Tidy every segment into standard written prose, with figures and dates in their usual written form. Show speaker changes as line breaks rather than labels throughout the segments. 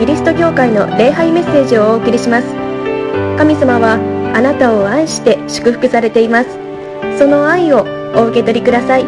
リスト教会の礼拝メッセージをお送りします。神様はあなたを愛して祝福されています。その愛をお受け取りください。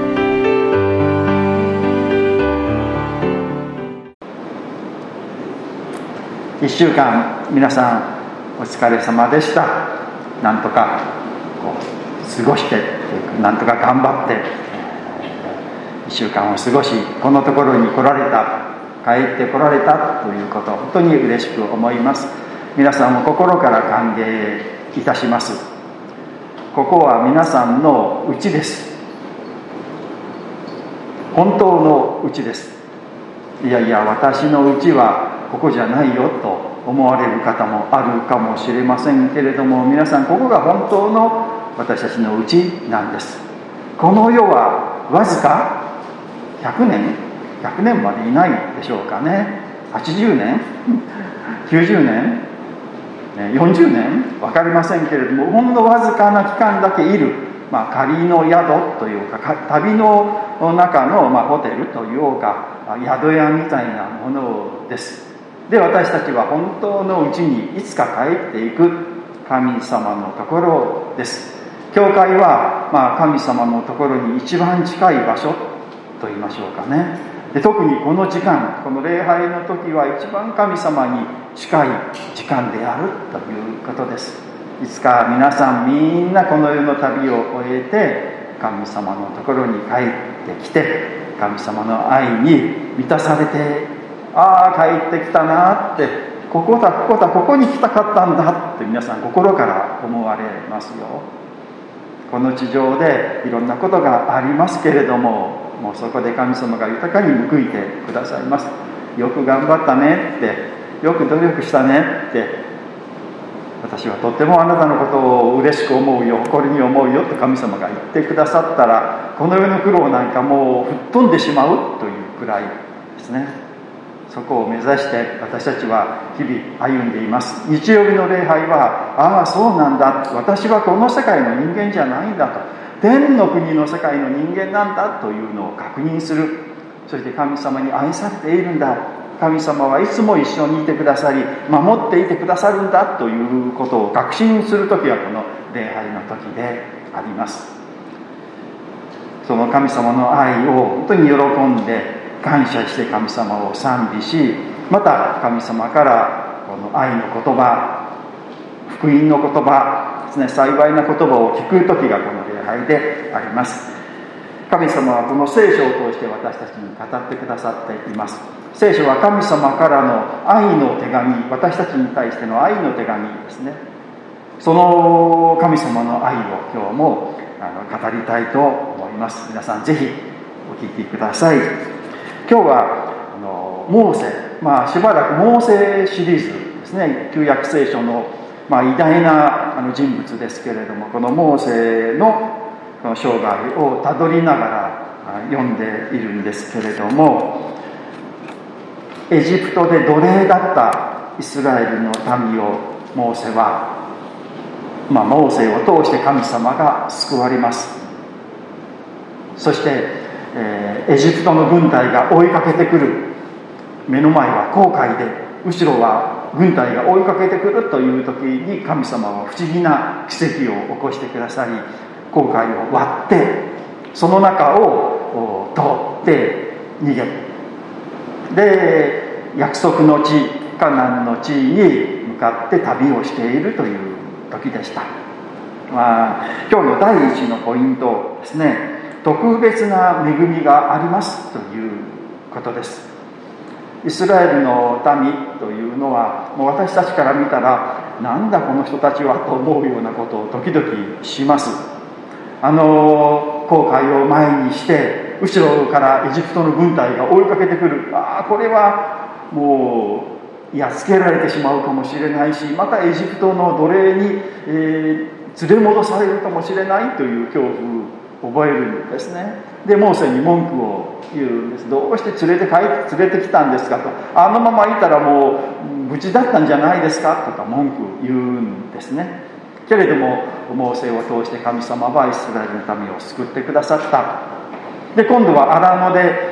1週間皆さんお疲れ様でした。なんとか過ごしてなんとか頑張って1週間を過ごし、このところに来られた、帰って来られたということ、本当に嬉しく思います。皆さんも心から歓迎いたします。ここは皆さんの家です。本当の家です。いやいや、私の家はここじゃないよと思われる方もあるかもしれませんけれども、皆さん、ここが本当の私たちの家なんです。この世はわずか100年までいないでしょうかね。80年90年40年分かりませんけれども、ほんのわずかな期間だけいる、仮の宿というか、旅の中の、ホテルというか宿屋みたいなものです。で、私たちは本当のうちにいつか帰っていく神様のところです。教会は、神様のところに一番近い場所と言いましょうかね。で、特にこの時間、この礼拝の時は一番神様に近い時間であるということです。いつか皆さんみんなこの世の旅を終えて神様のところに帰ってきて、神様の愛に満たされて、ああ帰ってきたなって、ここに来たかったんだって皆さん心から思われますよ。この地上でいろんなことがありますけれども、もうそこで神様が豊かに報いてくださいます。よく頑張ったねって、よく努力したねって、私はとってもあなたのことを嬉しく思うよ、誇りに思うよと神様が言ってくださったら、この世の苦労なんかもう吹っ飛んでしまうというくらいですね。そこを目指して私たちは日々歩んでいます。日曜日の礼拝は、ああそうなんだ、私はこの世界の人間じゃないんだと、天の国の世界の人間なんだというのを確認する。そして神様に愛されているんだ、神様はいつも一緒にいてくださり守っていてくださるんだということを確信するときはこの礼拝の時であります。その神様の愛を本当に喜んで感謝して神様を賛美し、また神様からこの愛の言葉、福音の言葉ですね、幸いな言葉を聞く時がこの礼拝であります。神様はこの聖書を通して私たちに語ってくださっています。聖書は神様からの愛の手紙、私たちに対しての愛の手紙ですね。その神様の愛を今日も語りたいと思います。皆さんぜひお聞きください。今日はモーセ、しばらくモーセシリーズですね、旧約聖書の、偉大な人物ですけれども、このモーセの生涯をたどりながら読んでいるんですけれども、エジプトで奴隷だったイスラエルの民をモーセは、モーセを通して神様が救われます。そしてエジプトの軍隊が追いかけてくる、目の前は紅海で後ろは軍隊が追いかけてくるという時に、神様は不思議な奇跡を起こしてくださり、紅海を割ってその中を通って逃げ、で約束の地、カナンの地に向かって旅をしているという時でした。今日の第一のポイントですね、特別な恵みがありますということです。イスラエルの民というのは、もう私たちから見たらなんだこの人たちはと思うようなことを時々します。紅海を前にして後ろからエジプトの軍隊が追いかけてくる、これはもうやっつけられてしまうかもしれないし、またエジプトの奴隷に、連れ戻されるかもしれないという恐怖を覚えるんですね。でモーセに文句を言うんです。どうして連れてきたんですかと、あのままいたらもう無事だったんじゃないですかとか文句言うんですね。けれどもモーセを通して神様はイスラエルの民を救ってくださった。で今度はアラノで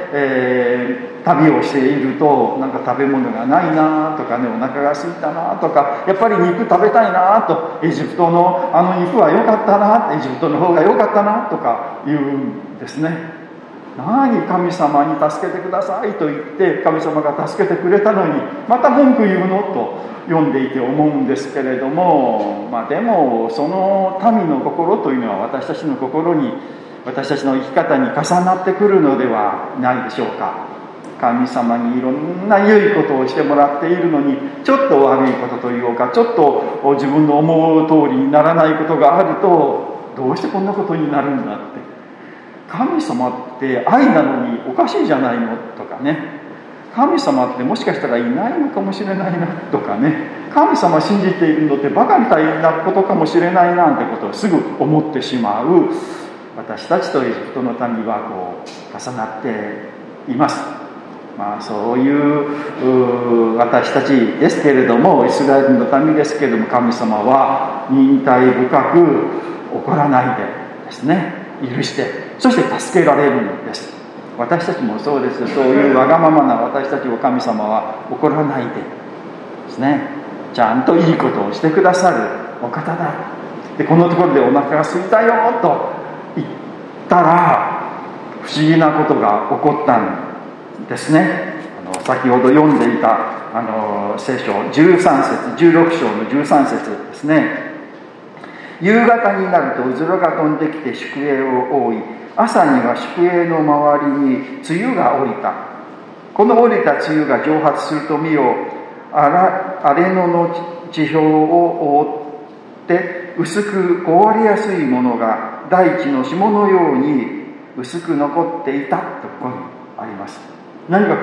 旅をしているとなんか食べ物がないなとかね、お腹が空いたなとか、やっぱり肉食べたいなと、エジプトのあの肉は良かったな、エジプトの方が良かったなとか言うんですね。何、神様に助けてくださいと言って神様が助けてくれたのにまた文句言うのと読んでいて思うんですけれども、でもその民の心というのは私たちの心に、私たちの生き方に重なってくるのではないでしょうか。神様にいろんな良いことをしてもらっているのに、ちょっと悪いことというか、ちょっと自分の思う通りにならないことがあると、どうしてこんなことになるんだって、神様って愛なのにおかしいじゃないのとかね、神様ってもしかしたらいないのかもしれないなとかね、神様信じているのってバカみたいなことかもしれないなんてことをすぐ思ってしまう私たちとエジプトの民はこう重なっています。そういう私たちですけれども、イスラエルの民ですけれども、神様は忍耐深く怒らないでですね、許して、そして助けられるのです。私たちもそうです。そういうわがままな私たちを神様は怒らないでですね、ちゃんといいことをしてくださるお方だ。でこのところでお腹が空いたよと言ったら不思議なことが起こったんですね。先ほど読んでいた聖書13節16章の13節ですね。夕方になるとうずらが飛んできて宿営を覆い、朝には宿営の周りに梅雨が降りた。この降りた梅雨が蒸発すると見よ、荒れ野の地表を覆って薄く壊れやすいものが大地の霜のように薄く残っていたとここにあります。何か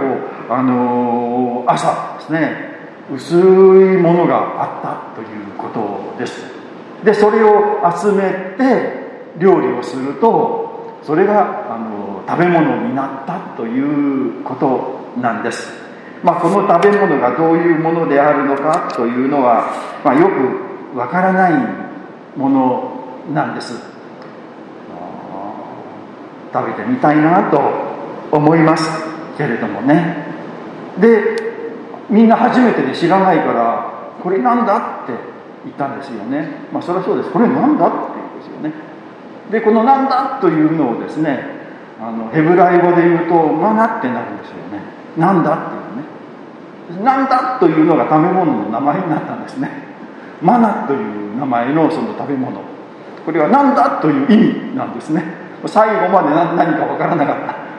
朝ですね、薄いものがあったということです。でそれを集めて料理をすると、それが食べ物になったということなんです。この食べ物がどういうものであるのかというのは、よくわからないものなんです。食べてみたいなと思いますけれどもね。でみんな初めてで知らないから、これなんだって言ったんですよね。それはそうです。これなんだって言うんですよね。でこのなんだというのをですね、ヘブライ語で言うとマナってなるんですよね。なんだっていうね。なんだというのが食べ物の名前になったんですね。マナという名前のその食べ物、これはなんだという意味なんですね。最後まで何か分からなかった、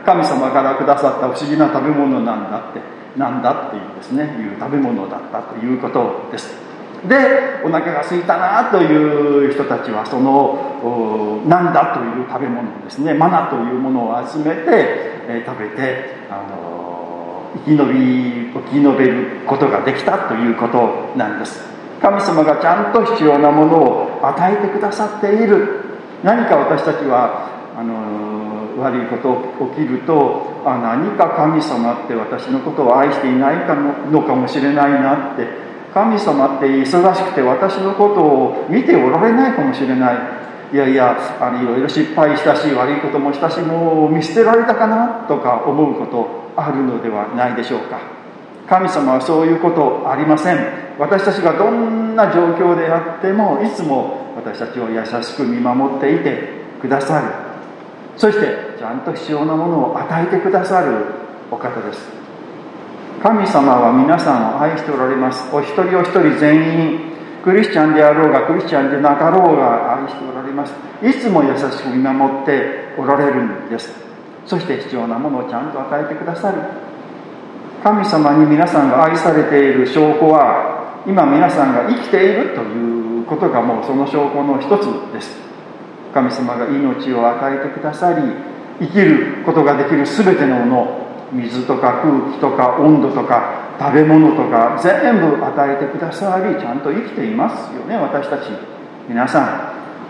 神様からくださった不思議な食べ物なんだって、なんだっていうですね、いう食べ物だったということです。でお腹が空いたなという人たちはそのなんだという食べ物ですね、マナというものを集めて、食べて生き延べることができたということなんです。神様がちゃんと必要なものを与えてくださっている。何か私たちは悪いこと起きると、何か神様って私のことを愛していないのかもしれないなって、神様って忙しくて私のことを見ておられないかもしれない、いろいろ失敗したし悪いこともしたし、もう見捨てられたかなとか思うことあるのではないでしょうか。神様はそういうことありません。私たちがどんな状況であってもいつも私たちを優しく見守っていてくださる。そしてちゃんと必要なものを与えてくださるお方です。神様は皆さんを愛しておられます。お一人お一人全員、クリスチャンであろうがクリスチャンでなかろうが愛しておられます。いつも優しく見守っておられるんです。そして必要なものをちゃんと与えてくださる。神様に皆さんが愛されている証拠は、今皆さんが生きているということがもうその証拠の一つです。神様が命を与えてくださり、生きることができる全てのもの、水とか空気とか温度とか食べ物とか全部与えてくださり、ちゃんと生きていますよね。私たち皆さ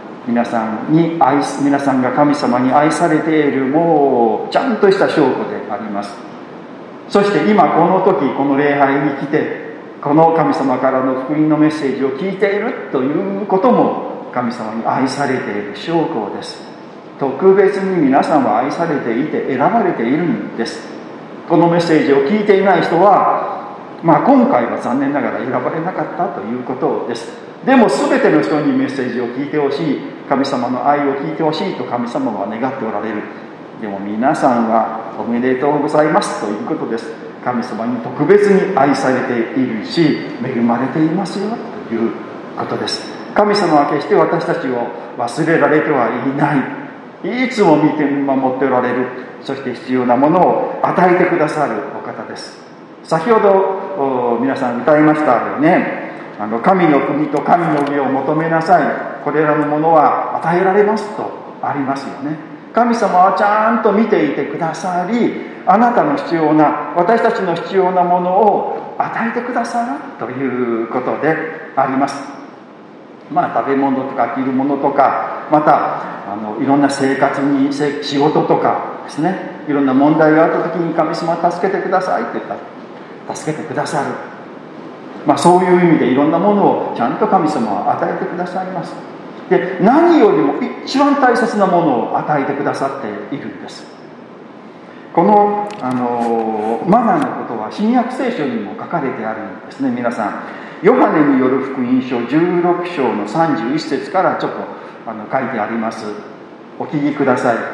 んが神様に愛されている、もうちゃんとした証拠であります。そして今この時この礼拝に来て、この神様からの福音のメッセージを聞いているということも神様に愛されている証拠です。 特別に皆さんは愛されていて選ばれているんです。このメッセージを聞いていない人は、今回は残念ながら選ばれなかったということです。でも全ての人にメッセージを聞いてほしい、神様の愛を聞いてほしいと神様は願っておられる。でも皆さんはおめでとうございますということです。神様に特別に愛されているし、恵まれていますよということです。神様は決して私たちを忘れられてはいない。いつも見守っておられる。そして必要なものを与えてくださるお方です。先ほど皆さん歌いましたよね。神の国と神の義を求めなさい。これらのものは与えられますとありますよね。神様はちゃんと見ていてくださり、あなたの必要な、私たちの必要なものを与えてくださるということであります。食べ物とか着るものとか、またいろんな生活に仕事とかですね、いろんな問題があった時に神様は助けてくださいと言ったら助けてくださる。そういう意味でいろんなものをちゃんと神様は与えてくださいます。で、何よりも一番大切なものを与えてくださっているんです。この、マナのことは新約聖書にも書かれてあるんですね。皆さん、ヨハネによる福音書16章の31節からちょっと書いてあります。お聞きください。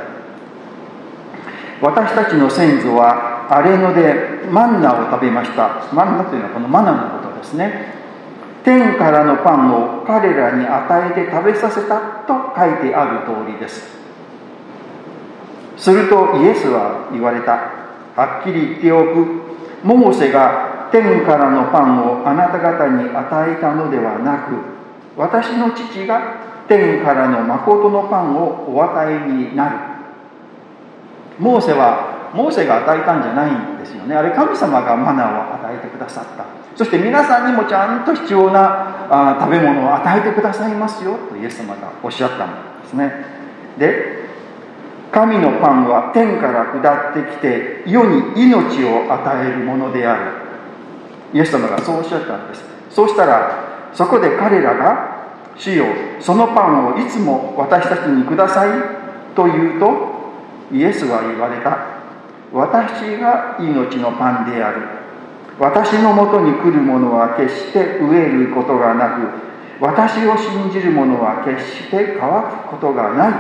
私たちの先祖は荒れ野でマンナを食べました。マンナというのはこのマナのことですね。天からのパンを彼らに与えて食べさせたと書いてある通りです。するとイエスは言われた。はっきり言っておく。モーセが天からのパンをあなた方に与えたのではなく、私の父が天からの誠のパンをお与えになる。モーセが与えたんじゃないんですよね。あれ、神様がマナを与えてくださった。そして皆さんにもちゃんと必要な食べ物を与えてくださいますよとイエス様がおっしゃったんですね。で、神のパンは天から下ってきて世に命を与えるものである。イエス様がそうおっしゃったんです。そうしたら、そこで彼らが、主よ、そのパンをいつも私たちにくださいと言うと、イエスは言われた。私が命のパンである。私のもとに来る者は決して飢えることがなく、私を信じる者は決して乾くことがない。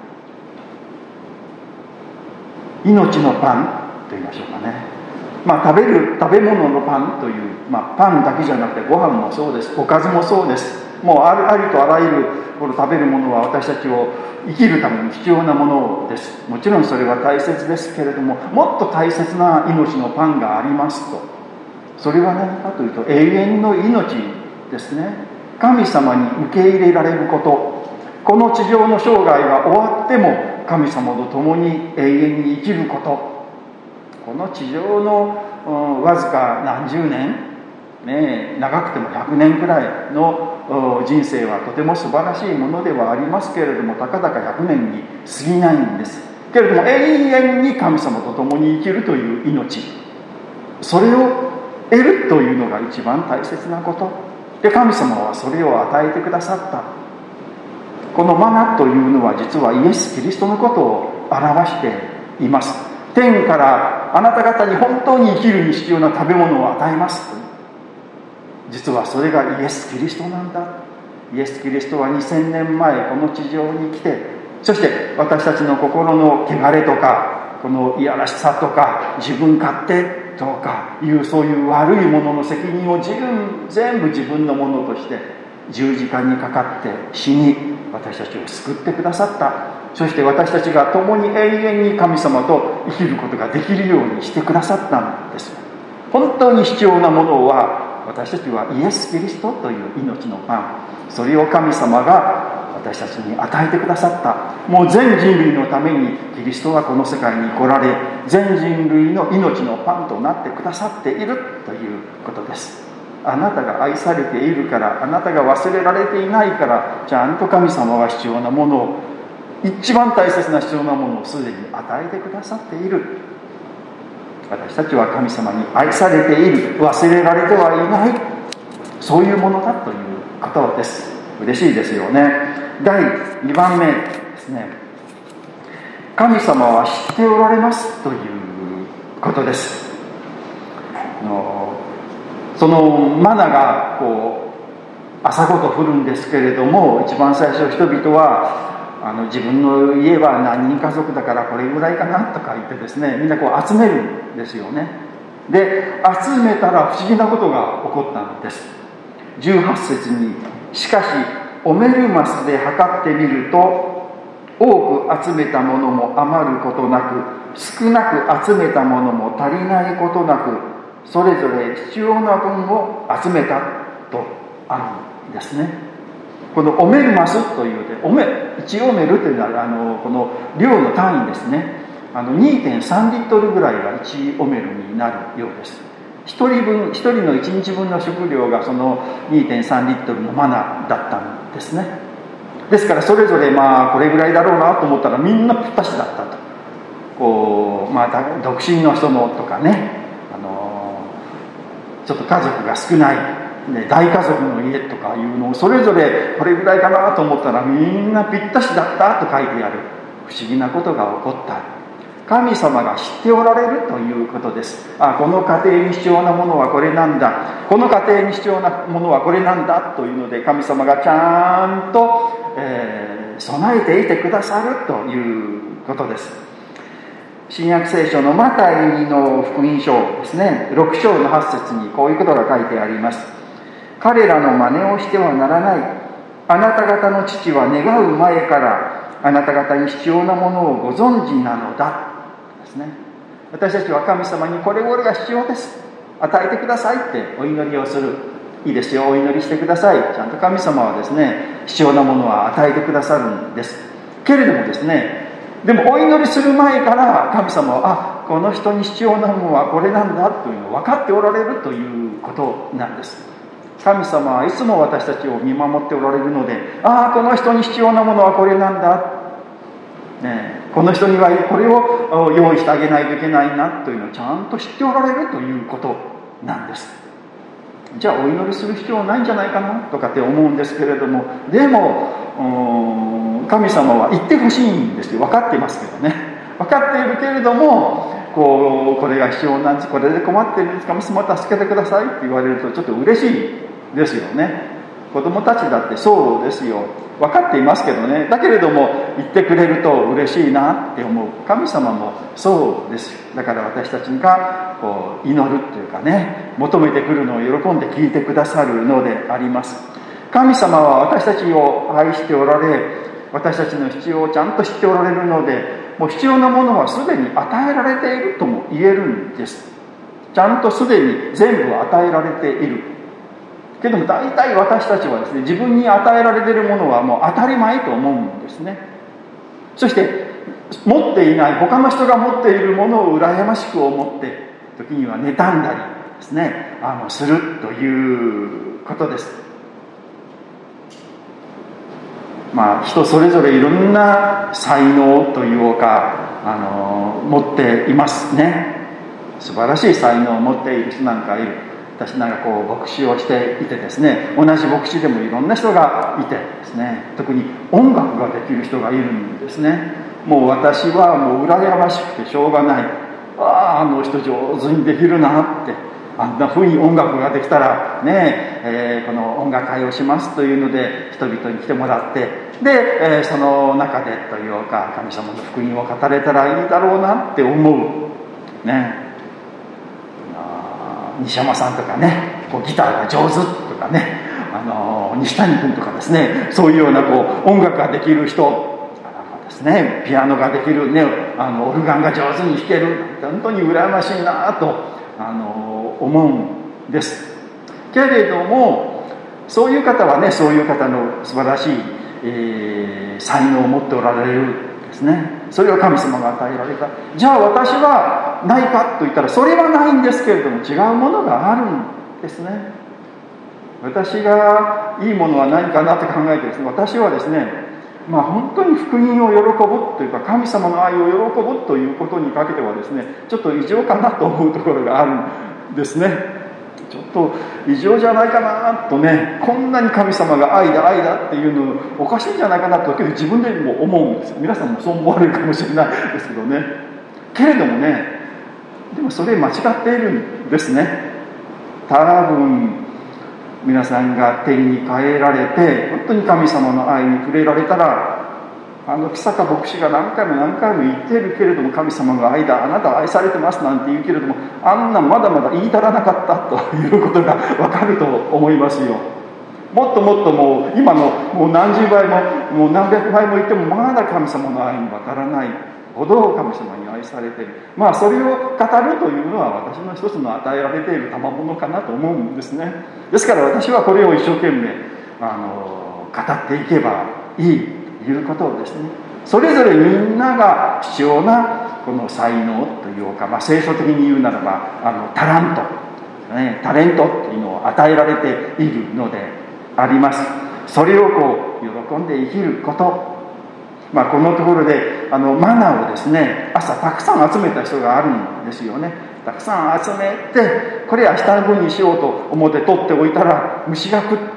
命のパンと言いましょうかね。食べ物のパンという、パンだけじゃなくてご飯もそうです。おかずもそうです。もうありとあらゆるこの食べるものは私たちを生きるために必要なものです。もちろんそれは大切ですけれども、もっと大切な命のパンがありますと。それは何かというと、永遠の命ですね。神様に受け入れられること。この地上の生涯が終わっても神様と共に永遠に生きること。この地上のわずか何十年、長くても100年くらいの人生はとても素晴らしいものではありますけれども、たかだか100年に過ぎないんですけれども、永遠に神様と共に生きるという命、それを得るというのが一番大切なことで、神様はそれを与えてくださった。このマナというのは実はイエス・キリストのことを表しています。天からあなた方に本当に生きるに必要な食べ物を与えます。実はそれがイエス・キリストなんだ。イエス・キリストは2000年前この地上に来て、そして私たちの心の汚れとか、このいやらしさとか自分勝手とかいうそういう悪いものの責任を全部自分のものとして十字架にかかって死に、私たちを救ってくださった。そして私たちが共に永遠に神様と生きることができるようにしてくださったんです。本当に必要なものは、私たちはイエス・キリストという命のパン、それを神様が私たちに与えてくださった。もう全人類のためにキリストはこの世界に来られ、全人類の命のパンとなってくださっているということです。あなたが愛されているから、あなたが忘れられていないから、ちゃんと神様は必要なものを、一番大切な必要なものをすでに与えてくださっている。私たちは神様に愛されている、忘れられてはいない、そういうものだということです。嬉しいですよね。第2番目ですね。 神様は知っておられますということです。そのマナが朝ごと降るんですけれども、一番最初人々は自分の家は何人家族だからこれぐらいかなとか言ってですね、みんな集めるんですよね。で集めたら不思議なことが起こったんです。18節に、しかしオメルマスで測ってみると、多く集めたものも余ることなく、少なく集めたものも足りないことなく、それぞれ必要な分を集めたとあるんですね。このオメルマスというで、1オメルというのはこの量の単位ですね。2.3 リットルぐらいが1オメルになるようです。1人の1日分の食料がその 2.3 リットルのマナだったんですね。ですからそれぞれこれぐらいだろうなと思ったらみんなぴったしだったと。独身の人のとかね、ちょっと家族が少ない大家族の家とかいうのをそれぞれこれぐらいかなと思ったらみんなぴったしだったと書いてある。不思議なことが起こった。神様が知っておられるということです。この家庭に必要なものはこれなんだ、この家庭に必要なものはこれなんだというので、神様がちゃんと、備えていてくださるということです。新約聖書のマタイの福音書ですね、6章の8節にこういうことが書いてあります。彼らの真似をしてはならない。あなた方の父は願う前からあなた方に必要なものをご存知なのだですね。私たちは神様にこれが必要です、与えてくださいってお祈りをする。いいですよ、お祈りしてください。ちゃんと神様はですね、必要なものは与えてくださるんですけれどもですね、でもお祈りする前から神様はこの人に必要なものはこれなんだというのを分かっておられるということなんです。神様はいつも私たちを見守っておられるので、この人に必要なものはこれなんだ、この人にはこれを用意してあげないといけないなというのをちゃんと知っておられるということなんです。じゃあお祈りする必要ないんじゃないかなとかって思うんですけれども、でも神様は言ってほしいんですよ。分かっていますけどね、分かっているけれどもこれが必要なんです、これで困っているんです、神様助けてくださいって言われるとちょっと嬉しいですよね。子供たちだってそうですよ。分かっていますけどね、だけれども言ってくれると嬉しいなって思う。神様もそうですよ。だから私たちが祈るっていうかね、求めてくるのを喜んで聞いてくださるのであります。神様は私たちを愛しておられ、私たちの必要をちゃんと知っておられるので、もう必要なものはすでに与えられているとも言えるんです。ちゃんとすでに全部与えられているけども、大体私たちはですね、自分に与えられているものはもう当たり前と思うんですね。そして持っていない他の人が持っているものを羨ましく思って時には妬んだりですね、するということです。人それぞれいろんな才能というか持っていますね。素晴らしい才能を持っている人なんかいる。私なんか牧師をしていてですね、同じ牧師でもいろんな人がいてですね、特に音楽ができる人がいるんですね。もう私はもう羨ましくてしょうがない。あの人上手にできるなって、あんな風に音楽ができたらね、この音楽会をしますというので人々に来てもらって、で、その中でというか神様の福音を語れたらいいだろうなって思うね。西山さんとかね、ギターが上手とかね、西谷君とかですね、そういうような音楽ができる人ですね、ピアノができるね、オルガンが上手に弾ける、本当に羨ましいなと思うんですけれども、そういう方はね、そういう方の素晴らしい、才能を持っておられるですね。それを神様が与えられた。じゃあ私はないかと言ったら、それはないんですけれども、違うものがあるんですね。私がいいものは何かなと考えてですね、私はですね、本当に福音を喜ぶというか、神様の愛を喜ぶということにかけてはですね、ちょっと異常かなと思うところがあるんですね。 ちょっと異常じゃないかなとね、こんなに神様が愛だ愛だっていうのおかしいんじゃないかなと自分でも思うんです。皆さんもそう思われるかもしれないですけどね。けれどもね、でもそれ間違っているんですね。多分皆さんが天に帰られて本当に神様の愛に触れられたら、木坂牧師が何回も何回も言っているけれども、神様が愛だ、あなたは愛されてますなんて言うけれども、あんなまだまだ言い足らなかったということが分かると思いますよ。もっともっともう今のもう何十倍ももう何百倍も言ってもまだ神様の愛に分からないほど神様に愛されている。それを語るというのは私の一つの与えられている賜物かなと思うんですね。ですから私はこれを一生懸命語っていけばいいということをですね、それぞれみんなが必要なこの才能というか、聖書的に言うならばタラント、タレントっていうのを与えられているのであります。それを喜んで生きること、このところでマナをですね、朝たくさん集めた人があるんですよね。たくさん集めて、これ明日の分にしようと思って取っておいたら虫が食って、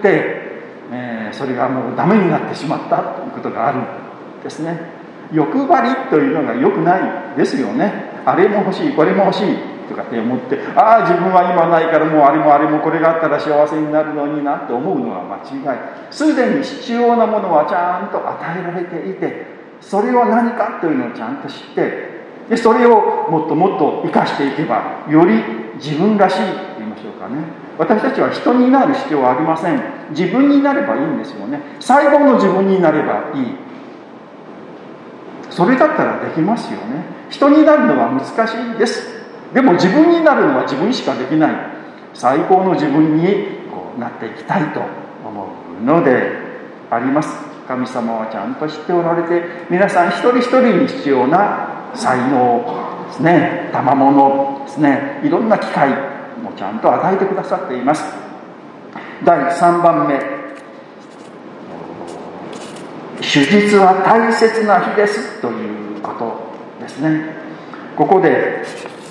それがもうダメになってしまったということがあるんですね。欲張りというのが良くないですよね。あれも欲しい、これも欲しいとかって思って、自分は今ないからもうあれもあれもこれがあったら幸せになるのになって思うのは間違い。すでに必要なものはちゃんと与えられていて、それは何かというのをちゃんと知って、でそれをもっともっと生かしていけば、より自分らしいと言いましょうかね。私たちは人になる必要はありません。自分になればいいんですよね。最高の自分になればいい。それだったらできますよね。人になるのは難しいです。でも自分になるのは自分しかできない。最高の自分になっていきたいと思うのであります。神様はちゃんと知っておられて、皆さん一人一人に必要な才能ですね、賜物ですね、いろんな機会もちゃんと与えてくださっています。第3番目、主日は大切な日ですということですね。ここで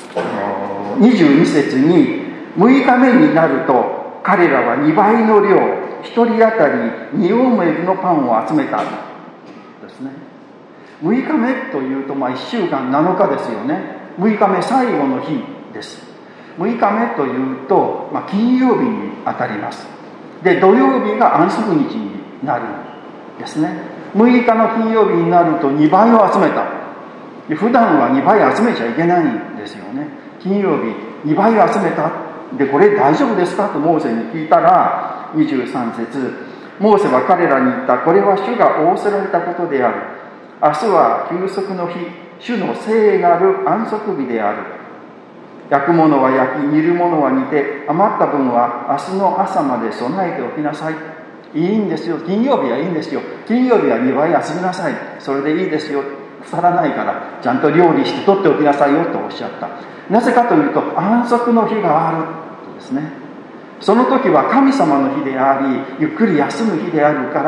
22節に、6日目になると彼らは2倍の量、1人当たり2オーメルのパンを集めたですね。6日目というと1週間7日ですよね。6日目最後の日です。6日目というと、金曜日に当たります。で、土曜日が安息日になるんですね。6日の金曜日になると2倍を集めた。普段は2倍集めちゃいけないんですよね。金曜日2倍集めた。で、これ大丈夫ですかとモーセに聞いたら、23節、モーセは彼らに言った。これは主が仰せられたことである。明日は休息の日、主の聖なる安息日である。焼くものは焼き、煮るものは煮て、余った分は明日の朝まで備えておきなさい。いいんですよ。金曜日はいいんですよ。金曜日は2倍休みなさい。それでいいですよ。腐らないからちゃんと料理して取っておきなさいよとおっしゃった。なぜかというと、安息の日があるとですね。その時は神様の日であり、ゆっくり休む日であるから、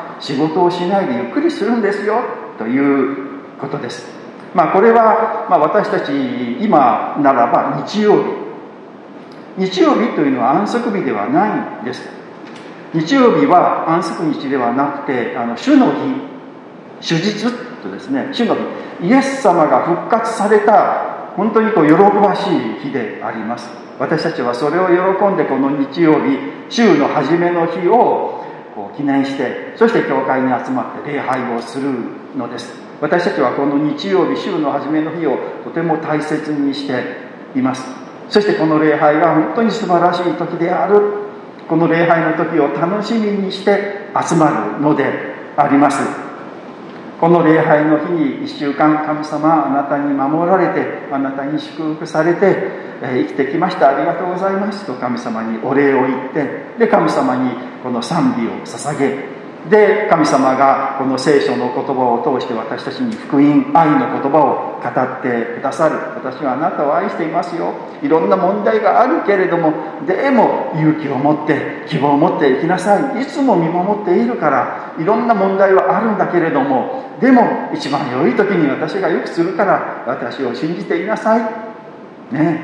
仕事をしないでゆっくりするんですよということです。これは私たち今ならば日曜日というのは安息日ではないんです。日曜日は安息日ではなくて、主の日、主日とですね、主の日、イエス様が復活された本当に喜ばしい日であります。私たちはそれを喜んで、この日曜日、週の初めの日を記念して、そして教会に集まって礼拝をするのです。私たちはこの日曜日、週の初めの日をとても大切にしています。そしてこの礼拝が本当に素晴らしい時である。この礼拝の時を楽しみにして集まるのであります。この礼拝の日に1週間、神様あなたに守られて、あなたに祝福されて、生きてきました、ありがとうございますと神様にお礼を言って、で神様にこの賛美を捧げ、で神様がこの聖書の言葉を通して私たちに福音、愛の言葉を語ってくださる。私はあなたを愛していますよ。いろんな問題があるけれども、でも勇気を持って希望を持って生きなさい。いつも見守っているから、いろんな問題はあるんだけれども、でも一番良い時に私が良くするから私を信じていなさいね。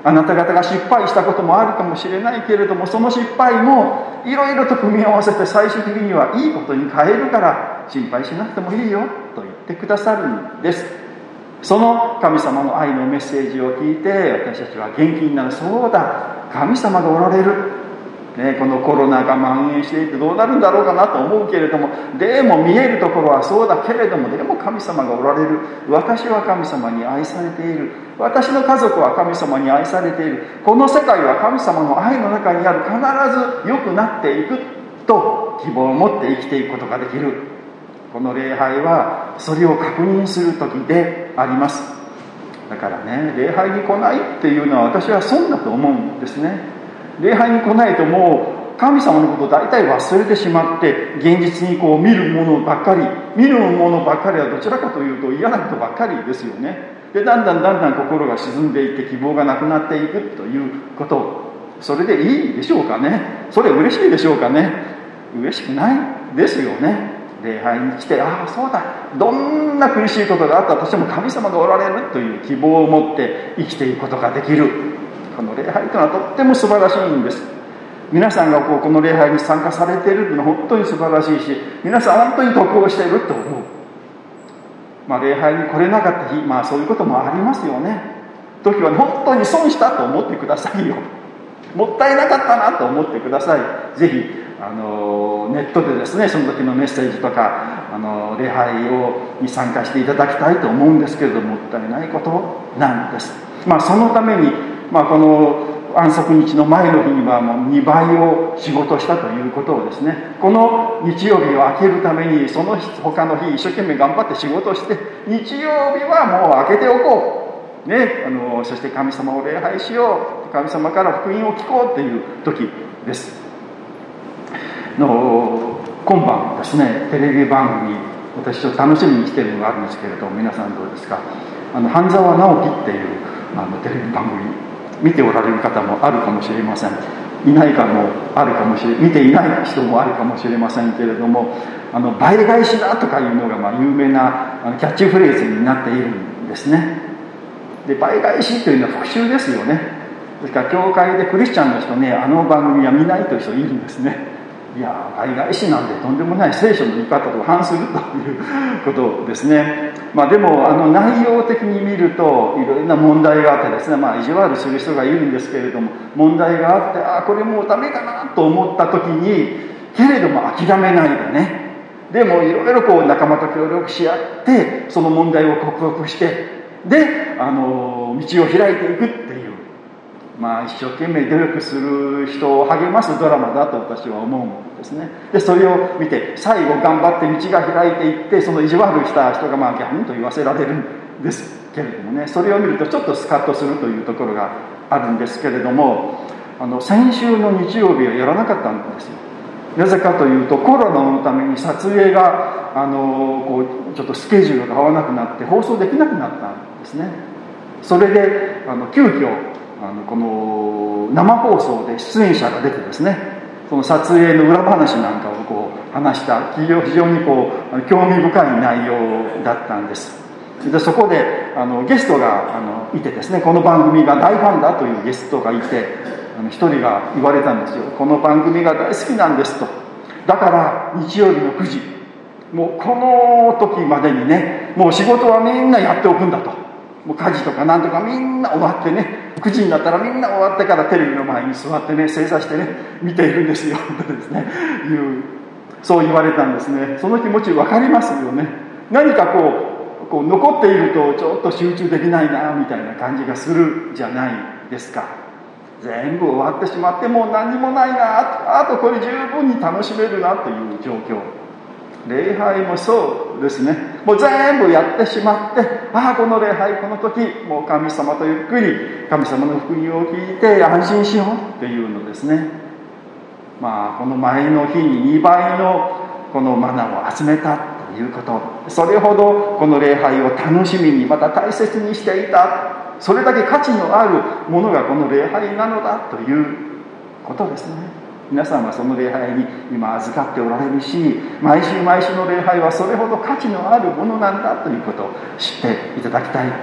あなた方が失敗したこともあるかもしれないけれども、その失敗もいろいろと組み合わせて最終的にはいいことに変えるから心配しなくてもいいよと言ってくださるんです。その神様の愛のメッセージを聞いて私たちは元気になる。そうだ、神様がおられる、このコロナが蔓延していてどうなるんだろうかなと思うけれども、でも見えるところはそうだけれども、でも神様がおられる。私は神様に愛されている。私の家族は神様に愛されている。この世界は神様の愛の中にある。必ず良くなっていくと希望を持って生きていくことができる。この礼拝はそれを確認する時であります。だからね、礼拝に来ないっていうのは私は損だと思うんですね。礼拝に来ないともう神様のことを大体忘れてしまって、現実に見るものばっかりはどちらかというと嫌なことばっかりですよね。でだんだん心が沈んでいって希望がなくなっていくということ、それでいいでしょうかね。それ嬉しいでしょうかね。嬉しくないですよね。礼拝に来て、ああそうだ、どんな苦しいことがあったとしても神様がおられるという希望を持って生きていくことができる。この礼拝というのはとっても素晴らしいんです。皆さんがこの礼拝に参加されているというのは本当に素晴らしいし、皆さん本当に得をしていると思う。礼拝に来れなかった日、そういうこともありますよね。時は本当に損したと思ってくださいよ。もったいなかったなと思ってください。ぜひネットでですね、その時のメッセージとか礼拝に参加していただきたいと思うんですけれども、もったいないことなんです。そのためにこの安息日の前の日にはもう2倍を仕事したということをですね、この日曜日を明けるためにその他の日一生懸命頑張って仕事をして、日曜日はもう明けておこう、そして神様を礼拝しよう、神様から福音を聞こうという時です。今晩ですね、テレビ番組、私ちょっと楽しみにしているのがあるんですけれども、皆さんどうですか。半沢直樹っていうテレビ番組見ておられる方もあるかもしれません。いないかもあるかもしれ、見ていない人もあるかもしれませんけれども、倍返しだとかいうのが有名なキャッチフレーズになっているんですね。で、倍返しというのは復讐ですよね。ですから教会でクリスチャンの人ね、番組は見ないという人いるんですね。いや、倍返しなんてとんでもない聖書の言い方と反するということですね。でも内容的に見るといろいろな問題があってですね、意地悪する人がいるんですけれども、問題があって、これもうダメだなと思った時に、けれども諦めないでね、でもいろいろ仲間と協力し合ってその問題を克服して、で道を開いていくっていう、一生懸命努力する人を励ますドラマだと私は思うんですね。でそれを見て最後頑張って道が開いていって、その意地悪した人がギャンと言わせられるんですけれどもね、それを見るとちょっとスカッとするというところがあるんですけれども、先週の日曜日はやらなかったんですよ。なぜかというと、コロナのために撮影がちょっとスケジュールが合わなくなって放送できなくなったんですね。それで急遽この生放送で出演者が出てですね、その撮影の裏話なんかを話した非常に興味深い内容だったんです。でそこでゲストがいてですね、この番組が大ファンだというゲストがいて、一人が言われたんですよ。この番組が大好きなんですと。だから日曜日の9時、もうこの時までにね、もう仕事はみんなやっておくんだと。もう家事とかなんとかみんな終わってね、9時になったらみんな終わってからテレビの前に座ってね、正座してね、見ているんですよとですね、そう言われたんですね。その気持ち分かりますよね。何か残っているとちょっと集中できないなみたいな感じがするじゃないですか。全部終わってしまってもう何もないな、あとこれ十分に楽しめるなという状況。礼拝もそうですね。もう全部やってしまって、この礼拝この時もう神様とゆっくり神様の福音を聞いて安心しようっていうのですね。この前の日に2倍のこのマナを集めたということ、それほどこの礼拝を楽しみにまた大切にしていた、それだけ価値のあるものがこの礼拝なのだということですね。皆さんはその礼拝に今預かっておられるし、毎週毎週の礼拝はそれほど価値のあるものなんだということを知っていただきたい。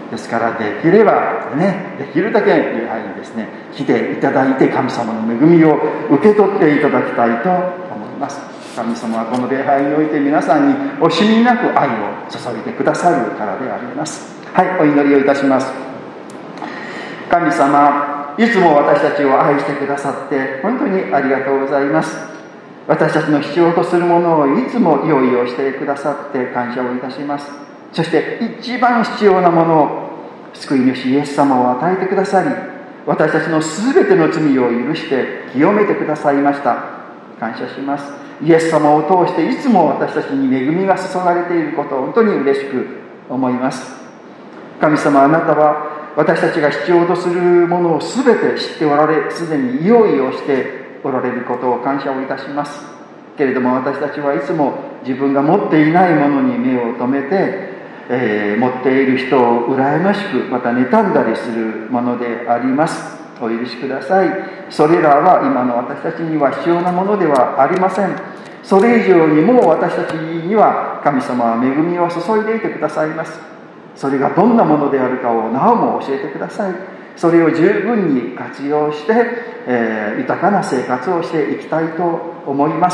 ですからできればね、できるだけ礼拝にですね来ていただいて、神様の恵みを受け取っていただきたいと思います。神様はこの礼拝において皆さんに惜しみなく愛を注いでくださるからであります。はい、お祈りをいたします。神様、いつも私たちを愛してくださって本当にありがとうございます。私たちの必要とするものをいつも用意をしてくださって感謝をいたします。そして一番必要なものを救い主イエス様を与えてくださり、私たちのすべての罪を許して清めてくださいました。感謝します。イエス様を通していつも私たちに恵みが注がれていることを本当に嬉しく思います。神様、あなたは私たちが必要とするものをすべて知っておられ、すでに用意をしておられることを感謝をいたします。けれども私たちはいつも自分が持っていないものに目を留めて、持っている人を羨ましくまた妬んだりするものであります。お許しください。それらは今の私たちには必要なものではありません。それ以上にも私たちには神様は恵みを注いでいてくださいます。それがどんなものであるかをなおも教えてください。それを十分に活用して、豊かな生活をしていきたいと思います。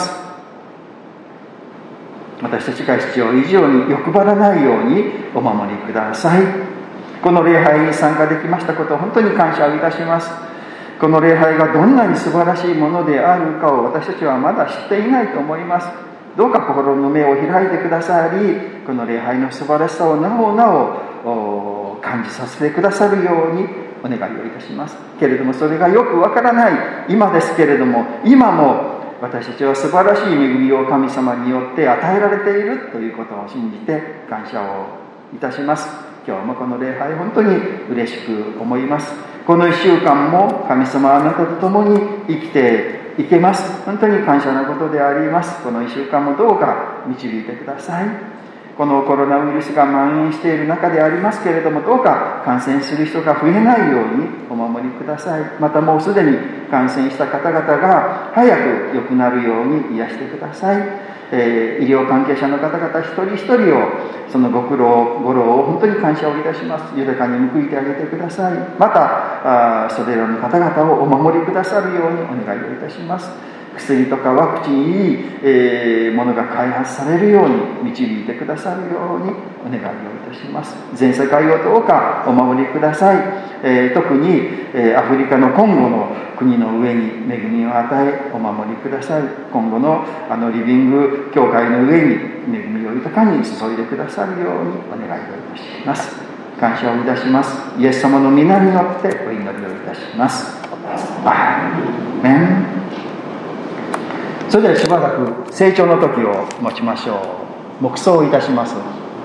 私たちが必要以上に欲張らないようにお守りください。この礼拝に参加できましたことを本当に感謝をいたします。この礼拝がどんなに素晴らしいものであるかを私たちはまだ知っていないと思います。どうか心の目を開いてくださり、この礼拝の素晴らしさをなお感じさせてくださるようにお願いをいたします。けれどもそれがよくわからない今ですけれども、今も私たちは素晴らしい恵みを神様によって与えられているということを信じて感謝をいたします。今日もこの礼拝本当に嬉しく思います。この1週間も神様あなたと共に生きていけます。本当に感謝なことであります。この1週間もどうか導いてください。このコロナウイルスが蔓延している中でありますけれども、どうか感染する人が増えないようにお守りください。またもうすでに感染した方々が早く良くなるように癒してください。医療関係者の方々一人一人をそのご苦労ご労を本当に感謝をいたします。豊かに報いてあげてください。またそれらの方々をお守りくださるようにお願いをいたします。薬とかワクチンいいものが開発されるように導いてくださるようにお願いをいたします。全世界をどうかお守りください。特にアフリカのコンゴの国の上に恵みを与えお守りください。コンゴのリビング教会の上に恵みを豊かに注いでくださるようにお願いをいたします。感謝をいたします。イエス様の皆によってお祈りをいたします。アーメン。それではしばらく成長の時を持ちましょう。黙想いたします。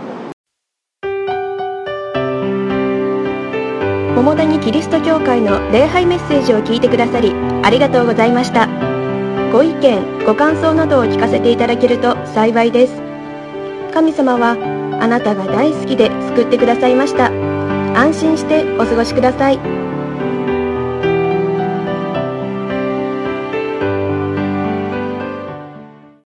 桃谷キリスト教会の礼拝メッセージを聞いてくださりありがとうございました。ご意見ご感想などを聞かせていただけると幸いです。神様はあなたが大好きで救ってくださいました。安心してお過ごしください。